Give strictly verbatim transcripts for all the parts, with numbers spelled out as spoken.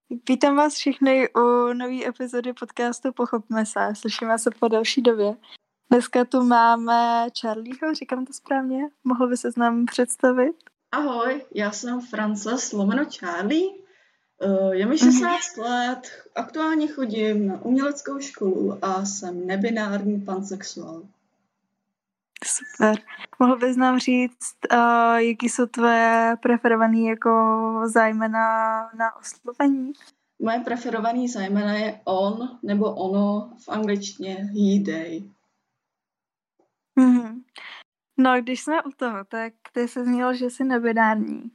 Vítám vás všechny u nové epizody podcastu Pochopme se. Slyšíme se po další době. Dneska tu máme Charlieho, říkám to správně? Mohl by se s nám představit? Ahoj, já jsem Frances lomeno Charlie. Je mi šestnáct mm. let, aktuálně chodím na uměleckou školu a jsem nebinární pansexuál. Super. Mohl bys nám říct, uh, jaký jsou tvoje preferované jako zájmena na oslovení? Moje preferované zájmena je on nebo ono, v angličtině he, they. Mm-hmm. No, když jsme u toho, tak ty jsi zmínil, že jsi nebinární.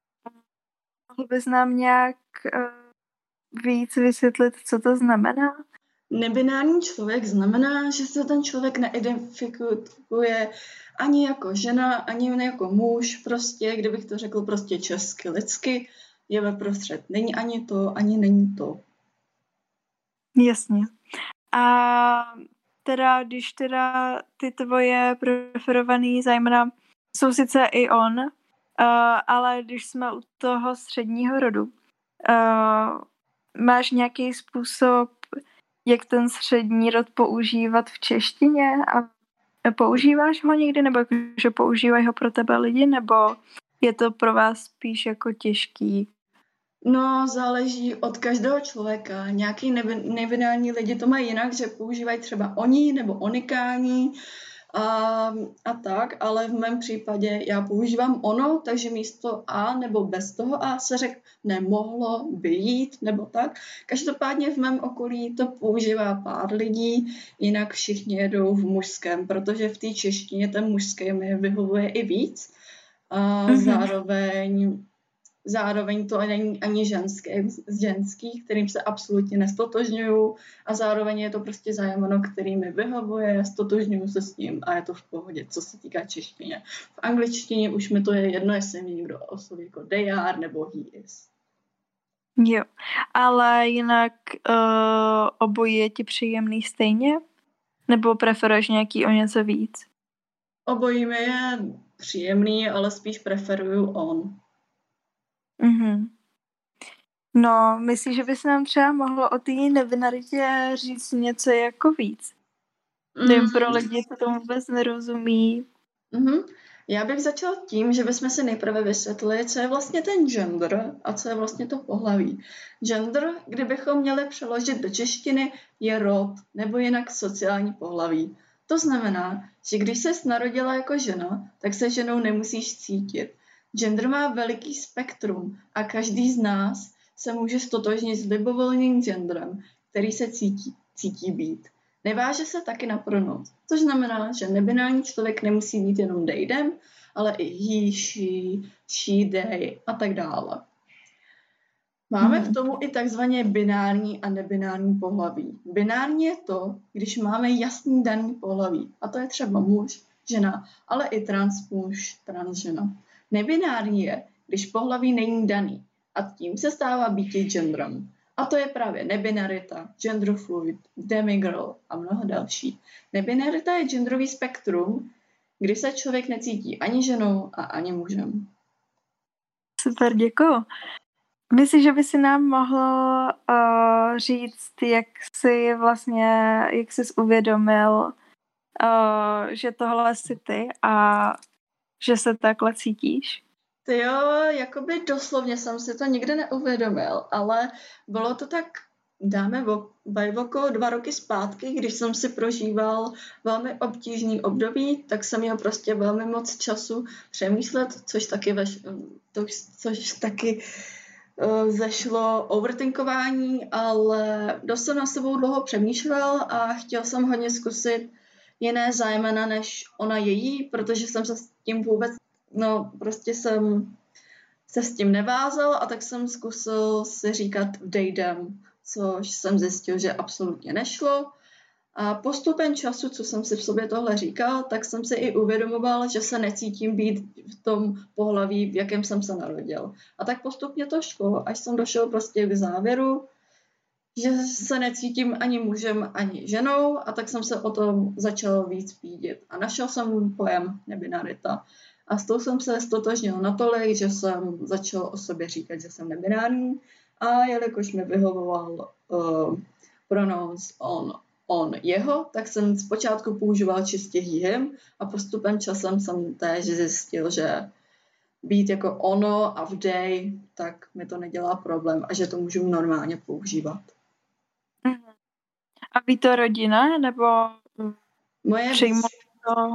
Mohl bys nám nějak uh, víc vysvětlit, co to znamená? Nebinární člověk znamená, že se ten člověk neidentifikuje ani jako žena, ani jako muž, prostě, kdybych to řekl prostě česky, lidsky, je ve prostřed. Není ani to, ani není to. Jasně. A teda, když teda ty tvoje preferovaný zájmena jsou sice i on, uh, ale když jsme u toho středního rodu, uh, máš nějaký způsob, jak ten střední rod používat v češtině a používáš ho někdy, nebo že používají ho pro tebe lidi, nebo je to pro vás spíš jako těžký? No, záleží od každého člověka. Nějaký nebinární lidi to mají jinak, že používají třeba oni nebo onikání a, a tak, ale v mém případě já používám ono, takže místo a nebo bez toho a se řek nemohlo být nebo tak. Každopádně v mém okolí to používá pár lidí, jinak všichni jedou v mužském, protože v té češtině ten mužský mi vyhovuje i víc. A mm-hmm. zároveň Zároveň to není ani ženské, z ženských, kterým se absolutně nestotožňuju a zároveň je to prostě zájmeno, který mi vyhovuje, stotožňuju se s ním a je to v pohodě, co se týká češtině. V angličtině už mi to je jedno, jestli mě někdo osloví jako they are nebo he is. Jo, ale jinak uh, obojí je ti příjemný stejně? Nebo preferuješ nějaký o něco víc? Obojí mi je příjemný, ale spíš preferuju on. Mm-hmm. No, myslíš, že bys nám třeba mohlo o té nebinaritě říct něco jako víc? Nevím, mm. pro lidi, co tomu vůbec nerozumí. Mm-hmm. Já bych začala tím, že bychom si nejprve vysvětlili, co je vlastně ten gender a co je vlastně to pohlaví. Gender, kdybychom měli přeložit do češtiny, je rod nebo jinak sociální pohlaví. To znamená, že když ses narodila jako žena, tak se ženou nemusíš cítit. Gender má veliký spektrum a každý z nás se může stotožnit s libovolným genderem, který se cítí, cítí být. Neváže se taky na pronoun, což znamená, že nebinární člověk nemusí být jenom dejdem, ale i he, she, she, they a tak dále. Máme k tomu i takzvaně binární a nebinární pohlaví. Binární je to, když máme jasný daný pohlaví, a to je třeba muž, žena, ale i trans muž, trans žena. Nebinární je, když pohlaví není daný a tím se stává býti genderem. A to je právě nebinarita, genderfluid, demigirl a mnoho další. Nebinarita je genderový spektrum, kdy se člověk necítí ani ženou a ani mužem. Super, děkuju. Myslíš, že by si nám mohl uh, říct, jak jsi vlastně, jak jsi uvědomil, uh, že tohle jsi ty a že se takhle cítíš? Ty jo, jakoby doslovně jsem si to nikdy neuvědomil, ale bylo to tak, dáme okolo dva roky zpátky, když jsem si prožíval velmi obtížný období, tak jsem měl prostě velmi moc času přemýšlet, což taky, veš, to, což taky uh, zešlo overthinkování, ale dost jsem na sebou dlouho přemýšlel a chtěl jsem hodně zkusit jiné zájmena než ona její, protože jsem se s tím vůbec No, prostě jsem se s tím nevázal a tak jsem zkusil si říkat they, them, což jsem zjistil, že absolutně nešlo. A postupem času, co jsem si v sobě tohle říkal, tak jsem si i uvědomoval, že se necítím být v tom pohlaví, v jakém jsem se narodil. A tak postupně to šlo, až jsem došel prostě k závěru, že se necítím ani mužem, ani ženou, a tak jsem se o tom začal víc pídit. A našel jsem pojem nebinarita. A s tou jsem se stotožnil natolik, že jsem začal o sobě říkat, že jsem nebinární A jelikož mi vyhovoval uh, pronouns on, on, jeho, tak jsem zpočátku používal čistě he, him a postupem časem jsem též zjistil, že být jako ono a v they, tak mi to nedělá problém a že to můžu normálně používat. Mhm. A ví to rodina, nebo Moje přijmu to?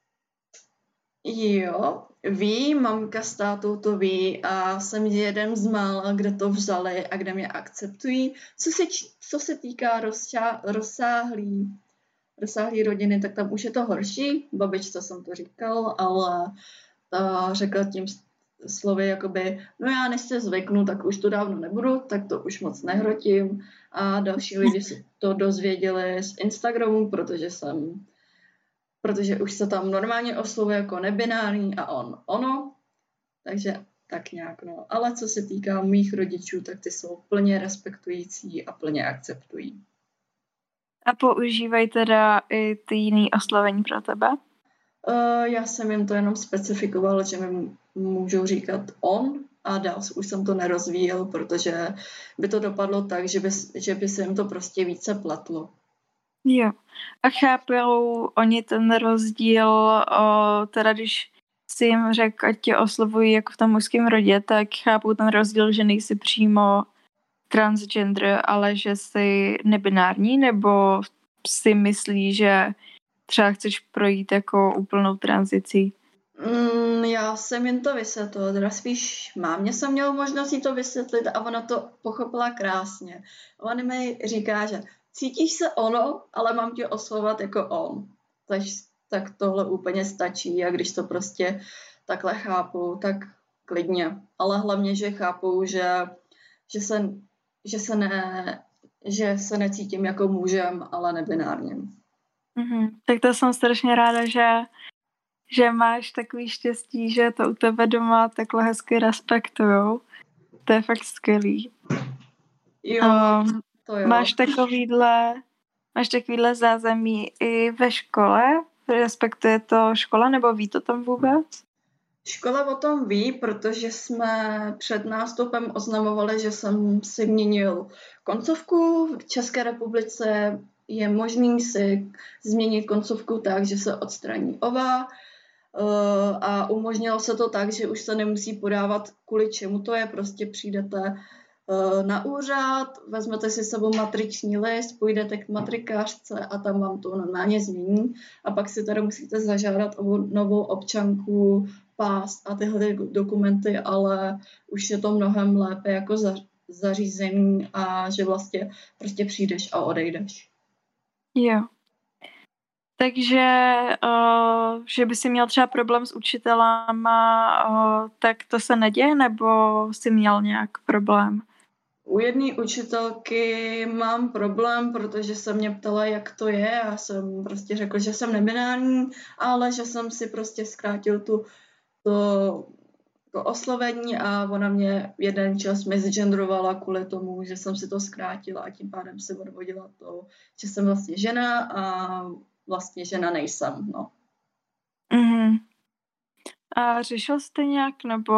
Jo, ví, mamka s tátou to ví a jsem jeden z mála, kde to vzali a kde mě akceptují. Co se, co se týká rozšá, rozsáhlý, rozsáhlý rodiny, tak tam už je to horší. Babičce jsem to říkal, ale ta řekla tím slovy jakoby, no já než se zvyknu, tak už to dávno nebudu, tak to už moc nehrotím. A další lidi se to dozvěděli z Instagramu, protože jsem protože už se tam normálně oslovuje jako nebinární a on, ono, takže tak nějak, no. Ale co se týká mých rodičů, tak ty jsou plně respektující a plně akceptují. A používají teda i ty jiný oslovení pro tebe? Uh, já jsem jim to jenom specifikoval, že mi můžou říkat on a dál už jsem to nerozvíjel, protože by to dopadlo tak, že by, že by se jim to prostě více pletlo. Jo. A chápou oni ten rozdíl, o, teda když si jim řekl, ať tě oslovují jako v tom mužském rodě, tak chápou ten rozdíl, že nejsi přímo transgender, ale že jsi nebinární, nebo si myslí, že třeba chceš projít jako úplnou tranzicí? Mm, já jsem jen to vysvětlila, teda spíš mámě jsem měl možnost jí to vysvětlit a ona to pochopila krásně. Ona mi říká, že cítíš se ono, ale mám tě oslovovat jako on. Takže tak tohle úplně stačí a když to prostě takhle chápu, tak klidně. Ale hlavně, že chápu, že, že, se, že, se, ne, že se necítím jako mužem, ale nebinárním. Mm-hmm. Tak to jsem strašně ráda, že že máš takový štěstí, že to u tebe doma takhle hezky respektujou. To je fakt skvělý. Jo, um, to jo. Máš takovýhle, máš takovýhle zázemí i ve škole? Respektuje to škola, nebo ví to tam vůbec? Škola o tom ví, protože jsme před nástupem oznamovali, že jsem si měnil koncovku. V České republice je možný si změnit koncovku tak, že se odstraní ova a umožnilo se to tak, že už se nemusí podávat, kvůli čemu to je, prostě přijdete na úřad, vezmete si sebou matriční list, půjdete k matrikářce a tam vám to normálně změní a pak si teda musíte zažádat o novou občanku, pás a tyhle dokumenty, ale už je to mnohem lépe jako zařízení a že vlastně prostě přijdeš a odejdeš. Jo. Takže, uh, že by si měl třeba problém s učitelama, uh, tak to se neděje, nebo jsi měl nějak problém? U jedné učitelky mám problém, protože se mě ptala, jak to je. Já jsem prostě řekl, že jsem nebinární, ale že jsem si prostě zkrátil tu, to, to oslovení a ona mě jeden čas misgendrovala kvůli tomu, že jsem si to zkrátila a tím pádem si odvodila to, že jsem vlastně žena a vlastně žena nejsem, no. Mm-hmm. A řešil jste nějak, nebo,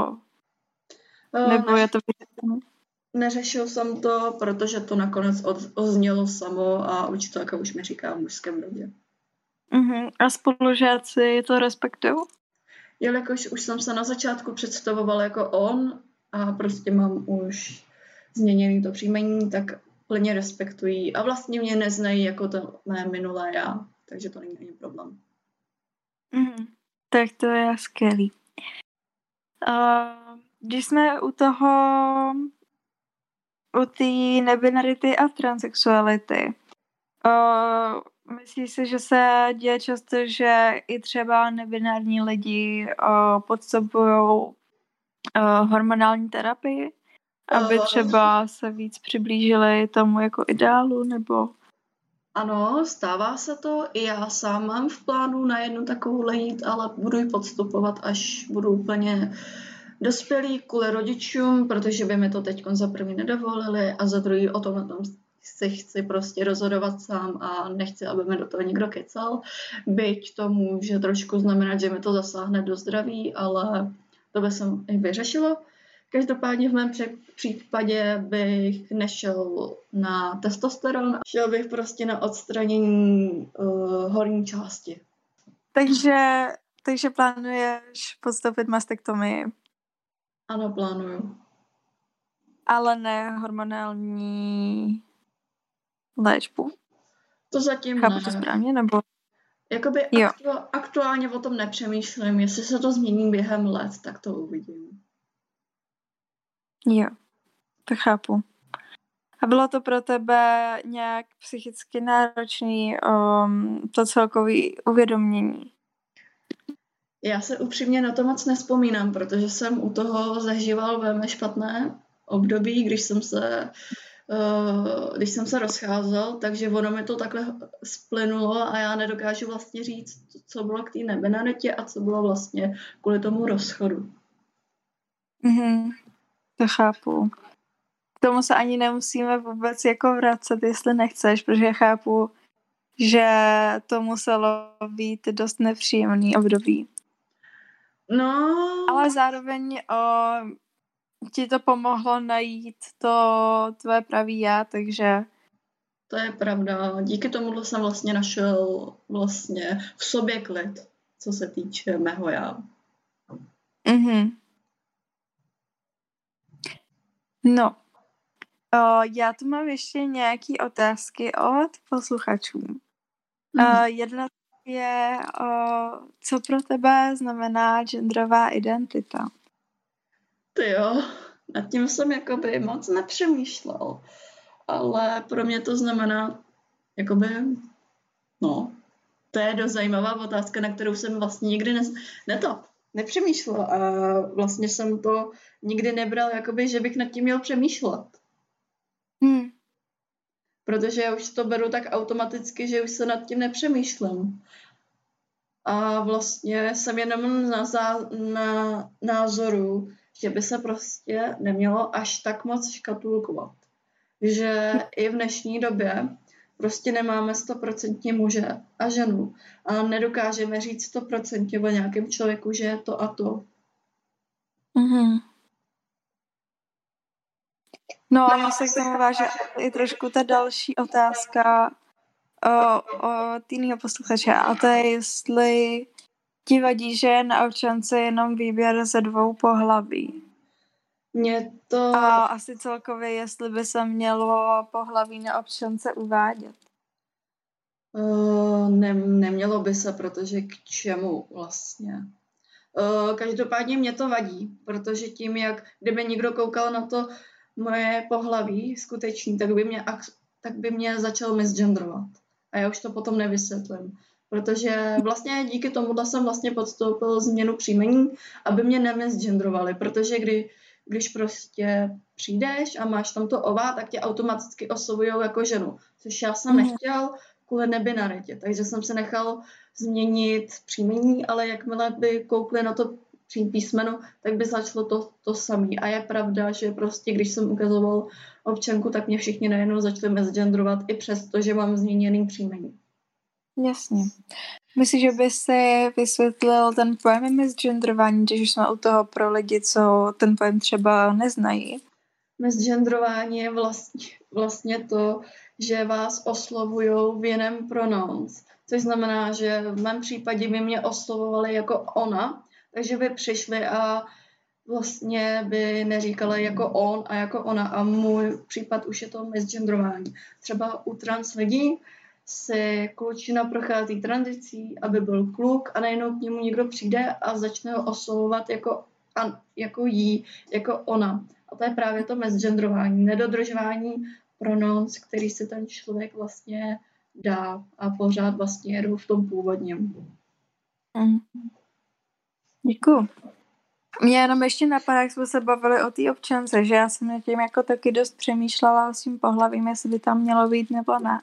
nebo ne, je to vyřešené? Neřešil jsem to, protože to nakonec oznělo samo a učitelka už mi říká v mužském rodě. Mm-hmm. A spolužáci to respektují? Jelikož už jsem se na začátku představovala jako on a prostě mám už změněný to příjmení, tak plně respektují a vlastně mě neznají jako to mé minulé já, takže to není ani problém. Mm-hmm. Tak to je skvělý. Uh, když jsme u toho, u té nebinarity a transsexuality, uh, myslíš si, že se děje často, že i třeba nebinární lidi uh, podstupují uh, hormonální terapii, aby třeba se víc přiblížili tomu jako ideálu, nebo... Ano, stává se to. I já sám mám v plánu na jednu takovou jít, ale budu ji podstupovat, až budu úplně dospělý kvůli rodičům, protože by mi to teď za první nedovolili a za druhý o tom na tom si chci prostě rozhodovat sám a nechci, aby mi do toho někdo kecal. Byť to může trošku znamenat, že mi to zasáhne do zdraví, ale to by se i vyřešilo. Každopádně v mém případě bych nešel na testosteron, šel bych prostě na odstranění uh, horní části. Takže, takže plánuješ podstoupit mastektomii? Ano, plánuju. Ale ne hormonální léčbu? To zatím Chápu ne. to správně, nebo? Jakoby aktu, aktuálně o tom nepřemýšlím. Jestli se to změní během let, tak to uvidím. Jo, to chápu. A bylo to pro tebe nějak psychicky náročný um, to celkové uvědomění? Já se upřímně na to moc nespomínám, protože jsem u toho zažíval velmi špatné období, když jsem se, uh, když jsem se rozcházel, takže ono mi to takhle splynulo a já nedokážu vlastně říct, co bylo k té nebinarity a co bylo vlastně kvůli tomu rozchodu. Mhm, to chápu. K tomu se ani nemusíme vůbec jako vracet, jestli nechceš, protože chápu, že to muselo být dost nepříjemný období. No... Ale zároveň o, ti to pomohlo najít to tvoje pravý já, takže... To je pravda. Díky tomu jsem vlastně našel vlastně v sobě klid, co se týče mého já. Mhm. No, o, já tu mám ještě nějaké otázky od posluchačů. Mm. O, jedna je, o, co pro tebe znamená genderová identita? Ty jo, nad tím jsem jakoby moc nepřemýšlel, ale pro mě to znamená jakoby, no, to je dost zajímavá otázka, na kterou jsem vlastně nikdy ne, ne to, nepřemýšlela a vlastně jsem to nikdy nebral, jakoby, že bych nad tím měl přemýšlet. Hmm. Protože já už to beru tak automaticky, že už se nad tím nepřemýšlím. A vlastně jsem jenom na, zá, na názoru, že by se prostě nemělo až tak moc škatulkovat. Že i v dnešní době prostě nemáme stoprocentně muže a ženu a nedokážeme říct stoprocentně o nějakém člověku, že je to a to. Mm-hmm. No a se k tomu váže i trošku ta další otázka o, o týnýho posluchače, a to je, jestli ti vadí, že je na občance jenom výběr ze dvou pohlaví. Mě to... A asi celkově, jestli by se mělo pohlaví na občance uvádět. Uh, ne, nemělo by se, protože k čemu vlastně? Uh, každopádně mě to vadí, protože tím, jak kdyby někdo koukal na to moje pohlaví skutečný, tak by mě, tak by mě začal misgendrovat. A já už to potom nevysvětlím. Protože vlastně díky tomuhle jsem vlastně podstoupil změnu příjmení, aby mě nemisgendrovali, protože kdy, když prostě přijdeš a máš tam to ová, tak tě automaticky oslovujou jako ženu, což já jsem nechtěl kvůli nebinaritě, takže jsem se nechal změnit příjmení, ale jakmile by koukli na to písmeno, tak by začalo to, to samé. A je pravda, že prostě když jsem ukazoval občanku, tak mě všichni najednou začali misgendrovat i přesto, že mám změněný příjmení. Jasně. Myslíš, že by si vysvětlil ten pojem misgendrování, když jsme u toho pro lidi, co ten pojem třeba neznají? Misgendrování je vlastně, vlastně to, že vás oslovujou v jiném pronouns, což znamená, že v mém případě by mě oslovovali jako ona, takže by přišli a vlastně by neříkali jako on a jako ona a můj případ už je to misgendrování. Třeba u trans lidí si klučina prochází tranzicí, aby byl kluk a najednou k němu někdo přijde a začne ho oslovovat jako, an, jako jí, jako ona. A to je právě to misgendrování, nedodržování pronouns, který si ten člověk vlastně dá a pořád vlastně jedou v tom původním. Mm. Děkuju. Mě jenom ještě napadá, jak jsme se bavili o té občance, že já jsem nad tím jako taky dost přemýšlela s tím pohlavím, jestli by tam mělo být nebo ne.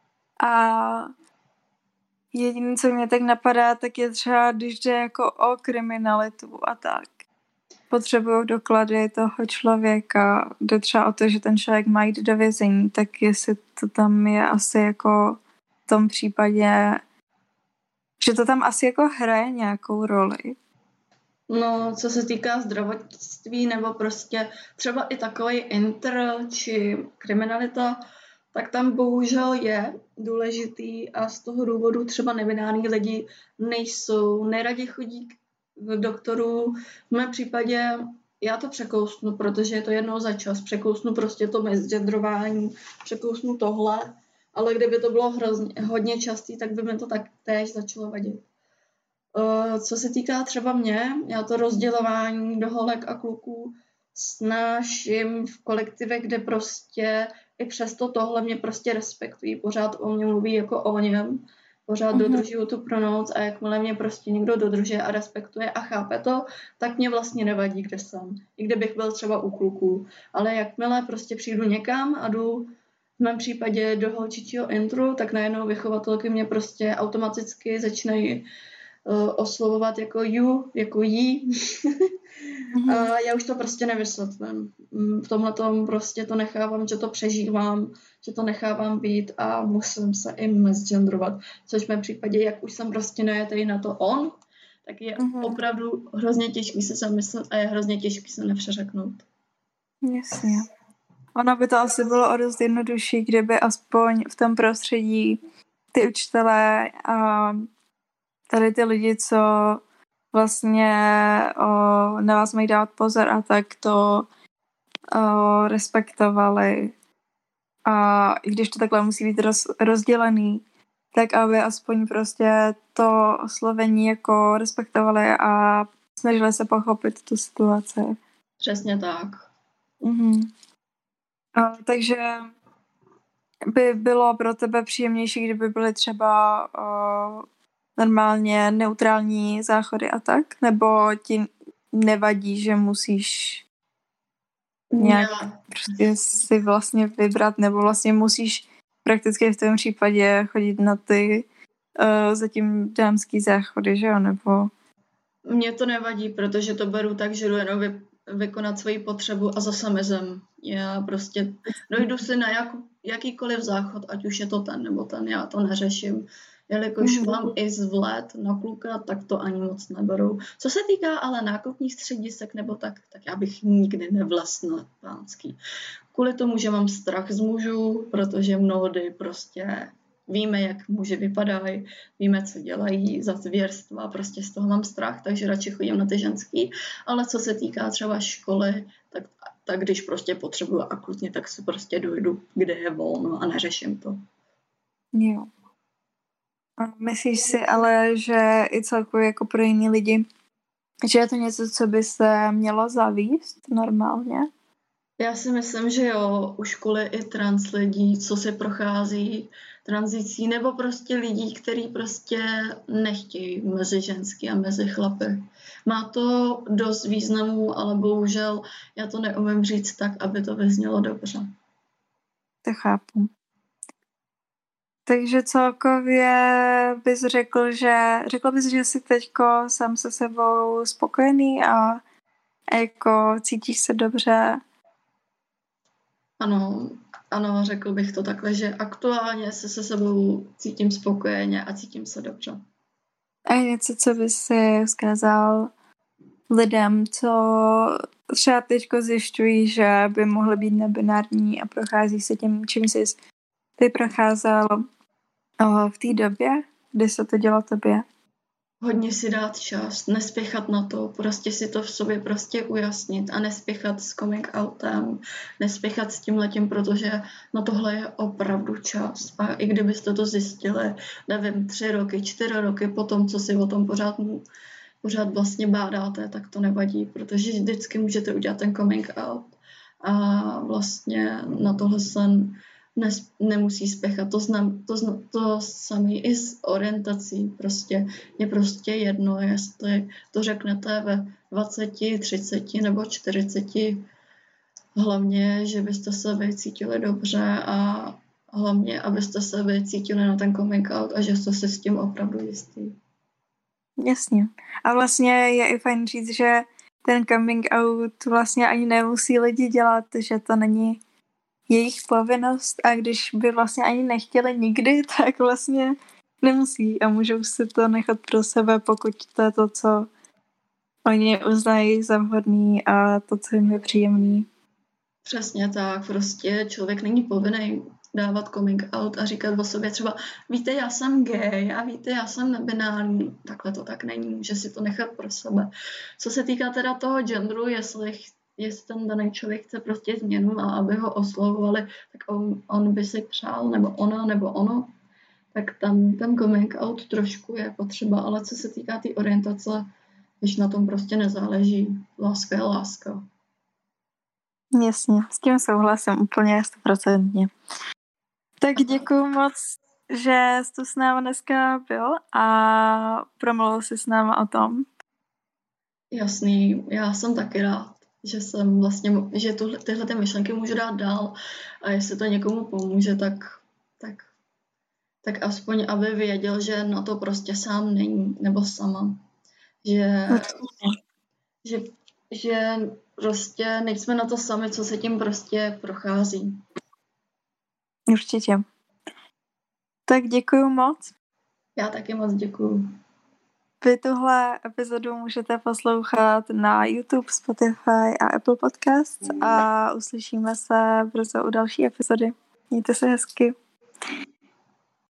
A jediné, co mě tak napadá, tak je třeba, když jde jako o kriminalitu a tak. Potřebují doklady toho člověka, jde třeba o to, že ten člověk má jít do vězení, tak jestli to tam je asi jako v tom případě, že to tam asi jako hraje nějakou roli. No, co se týká zdravotnictví nebo prostě třeba i takový inter či kriminalita, tak tam bohužel je důležitý a z toho důvodu třeba nebinární lidi nejsou, neradi chodí k doktorů. V mém případě já to překousnu, protože je to jednou za čas. Překousnu prostě to misgendrování, překousnu tohle, ale kdyby to bylo hrozně, hodně častý, tak by mi to tak též začalo vadit. Co se týká třeba mě, já to rozdělování do holek a kluků snáším v kolektivech, kde prostě i přesto tohle mě prostě respektují, pořád o mě mluví jako o něm, pořád mm-hmm. dodržují tu pronounce a jakmile mě prostě někdo dodržuje a respektuje a chápe to, tak mě vlastně nevadí, kde jsem. I kdybych byl třeba u kluků. Ale jakmile prostě přijdu někam a jdu v mém případě do holčičího intru, tak najednou vychovatelky mě prostě automaticky začínají uh, oslovovat jako you, jako jí. Mm-hmm. A já už to prostě nevysvětlím. V tomhle tom prostě to nechávám, že to přežívám, že to nechávám být a musím se i misgendrovat. Což v mém případě, jak už jsem prostě najetej na to on, tak je mm-hmm. opravdu hrozně těžký se zamyslet a je hrozně těžký se nepřeřeknout. Jasně. Ono by to asi bylo o dost jednodušší, kdyby aspoň v tom prostředí ty učitelé a tady ty lidi, co vlastně o, na vás mají dávat pozor a tak to o, respektovali. A i když to takhle musí být roz, rozdělený, tak aby aspoň prostě to oslovení jako respektovali a snažili se pochopit tu situaci. Přesně tak. Mhm. A, takže by bylo pro tebe příjemnější, kdyby byly třeba o, normálně neutrální záchody a tak? Nebo ti nevadí, že musíš nějak Já. prostě si vlastně vybrat, nebo vlastně musíš prakticky v tom případě chodit na ty uh, zatím dámský záchody, že jo? Nebo... Mně to nevadí, protože to beru tak, že jdu jenom vy, vykonat svoji potřebu a zase mezem. Já prostě dojdu si na jak, jakýkoliv záchod, ať už je to ten nebo ten, já to neřeším. Jelikož mm. mám i zvlet na kluka, tak to ani moc neberou. Co se týká ale nákupních středisek nebo tak, tak já bych nikdy nevlastnila pánský. Kvůli tomu, že mám strach z mužů, protože mnohdy prostě víme, jak muži vypadají, víme, co dělají za zvěrstva, prostě z toho mám strach, takže radši chodím na ty ženský. Ale co se týká třeba školy, tak, tak když prostě potřebuju akutně, tak si prostě dojdu, kde je volno a neřeším to. Jo. A myslíš si ale, že i celkově jako pro jiný lidi, že je to něco, co by se mělo zavíst normálně? Já si myslím, že jo, u školy i trans lidí, co se prochází tranzicí, nebo prostě lidí, kteří prostě nechtějí mezi ženský a mezi chlapy. Má to dost významů, ale bohužel já to neumím říct tak, aby to vyznělo dobře. To chápu. Takže celkově bys řekl, že řekl bys, že jsi teďko sám se sebou spokojený a, a jako cítíš se dobře? Ano, ano, řekl bych to takhle, že aktuálně se se sebou cítím spokojeně a cítím se dobře. A je něco, co bys si vzkázal lidem, co třeba teďko zjišťují, že by mohly být nebinární a prochází se tím, čím jsi ty procházel v té době, kdy se to dělo tobě? Hodně si dát čas, nespěchat na to, prostě si to v sobě prostě ujasnit a nespěchat s coming outem, nespěchat s tímhletím, protože na tohle je opravdu čas. A i kdybyste to zjistili, nevím, tři roky, čtyři roky po tom, co si o tom pořád, pořád vlastně bádáte, tak to nevadí, protože vždycky můžete udělat ten coming out. A vlastně na tohle jsem Ne, nemusí spěchat. To, znam, to, znam, to samé i s orientací. Prostě je prostě jedno, jestli to řeknete ve dvaceti, třiceti nebo čtyřiceti. Hlavně, že byste se vy cítili dobře a hlavně, abyste se vy cítili na ten coming out a že jste si s tím opravdu jistý. Jasně. A vlastně je i fajn říct, že ten coming out vlastně ani nemusí lidi dělat, že to není jejich povinnost a když by vlastně ani nechtěli nikdy, tak vlastně nemusí a můžou si to nechat pro sebe, pokud to je to, co oni uznají za vhodný a to, co jim je příjemný. Přesně tak, prostě člověk není povinný dávat coming out a říkat o sobě třeba víte, já jsem gay a víte, já jsem nebinární. Takhle to tak není, může si to nechat pro sebe. Co se týká teda toho genderu, jestli, jestli ten daný člověk chce prostě změnu a aby ho oslovovali, tak on, on by si přál, nebo ona, nebo ono, tak tam ten coming out trošku je potřeba, ale co se týká té tý orientace, když na tom prostě nezáleží, láska je láska. Jasně, s tím souhlasím úplně stoprocentně. Tak děkuju moc, že jsi tu s náma dneska byl a promluvil si s náma o tom. Jasný, já jsem taky rád, že jsem vlastně, že tuhle, tyhle ty myšlenky můžu dát dál a jestli to někomu pomůže, tak, tak, tak aspoň, aby věděl, že na to prostě sám není, nebo sama. Že, že, že prostě nejsme na to sami, co se tím prostě prochází. Určitě. Tak děkuju moc. Já taky moc děkuju. Vy tuhle epizodu můžete poslouchat na YouTube, Spotify a Apple Podcasts a uslyšíme se brzo u další epizody. Mějte se hezky.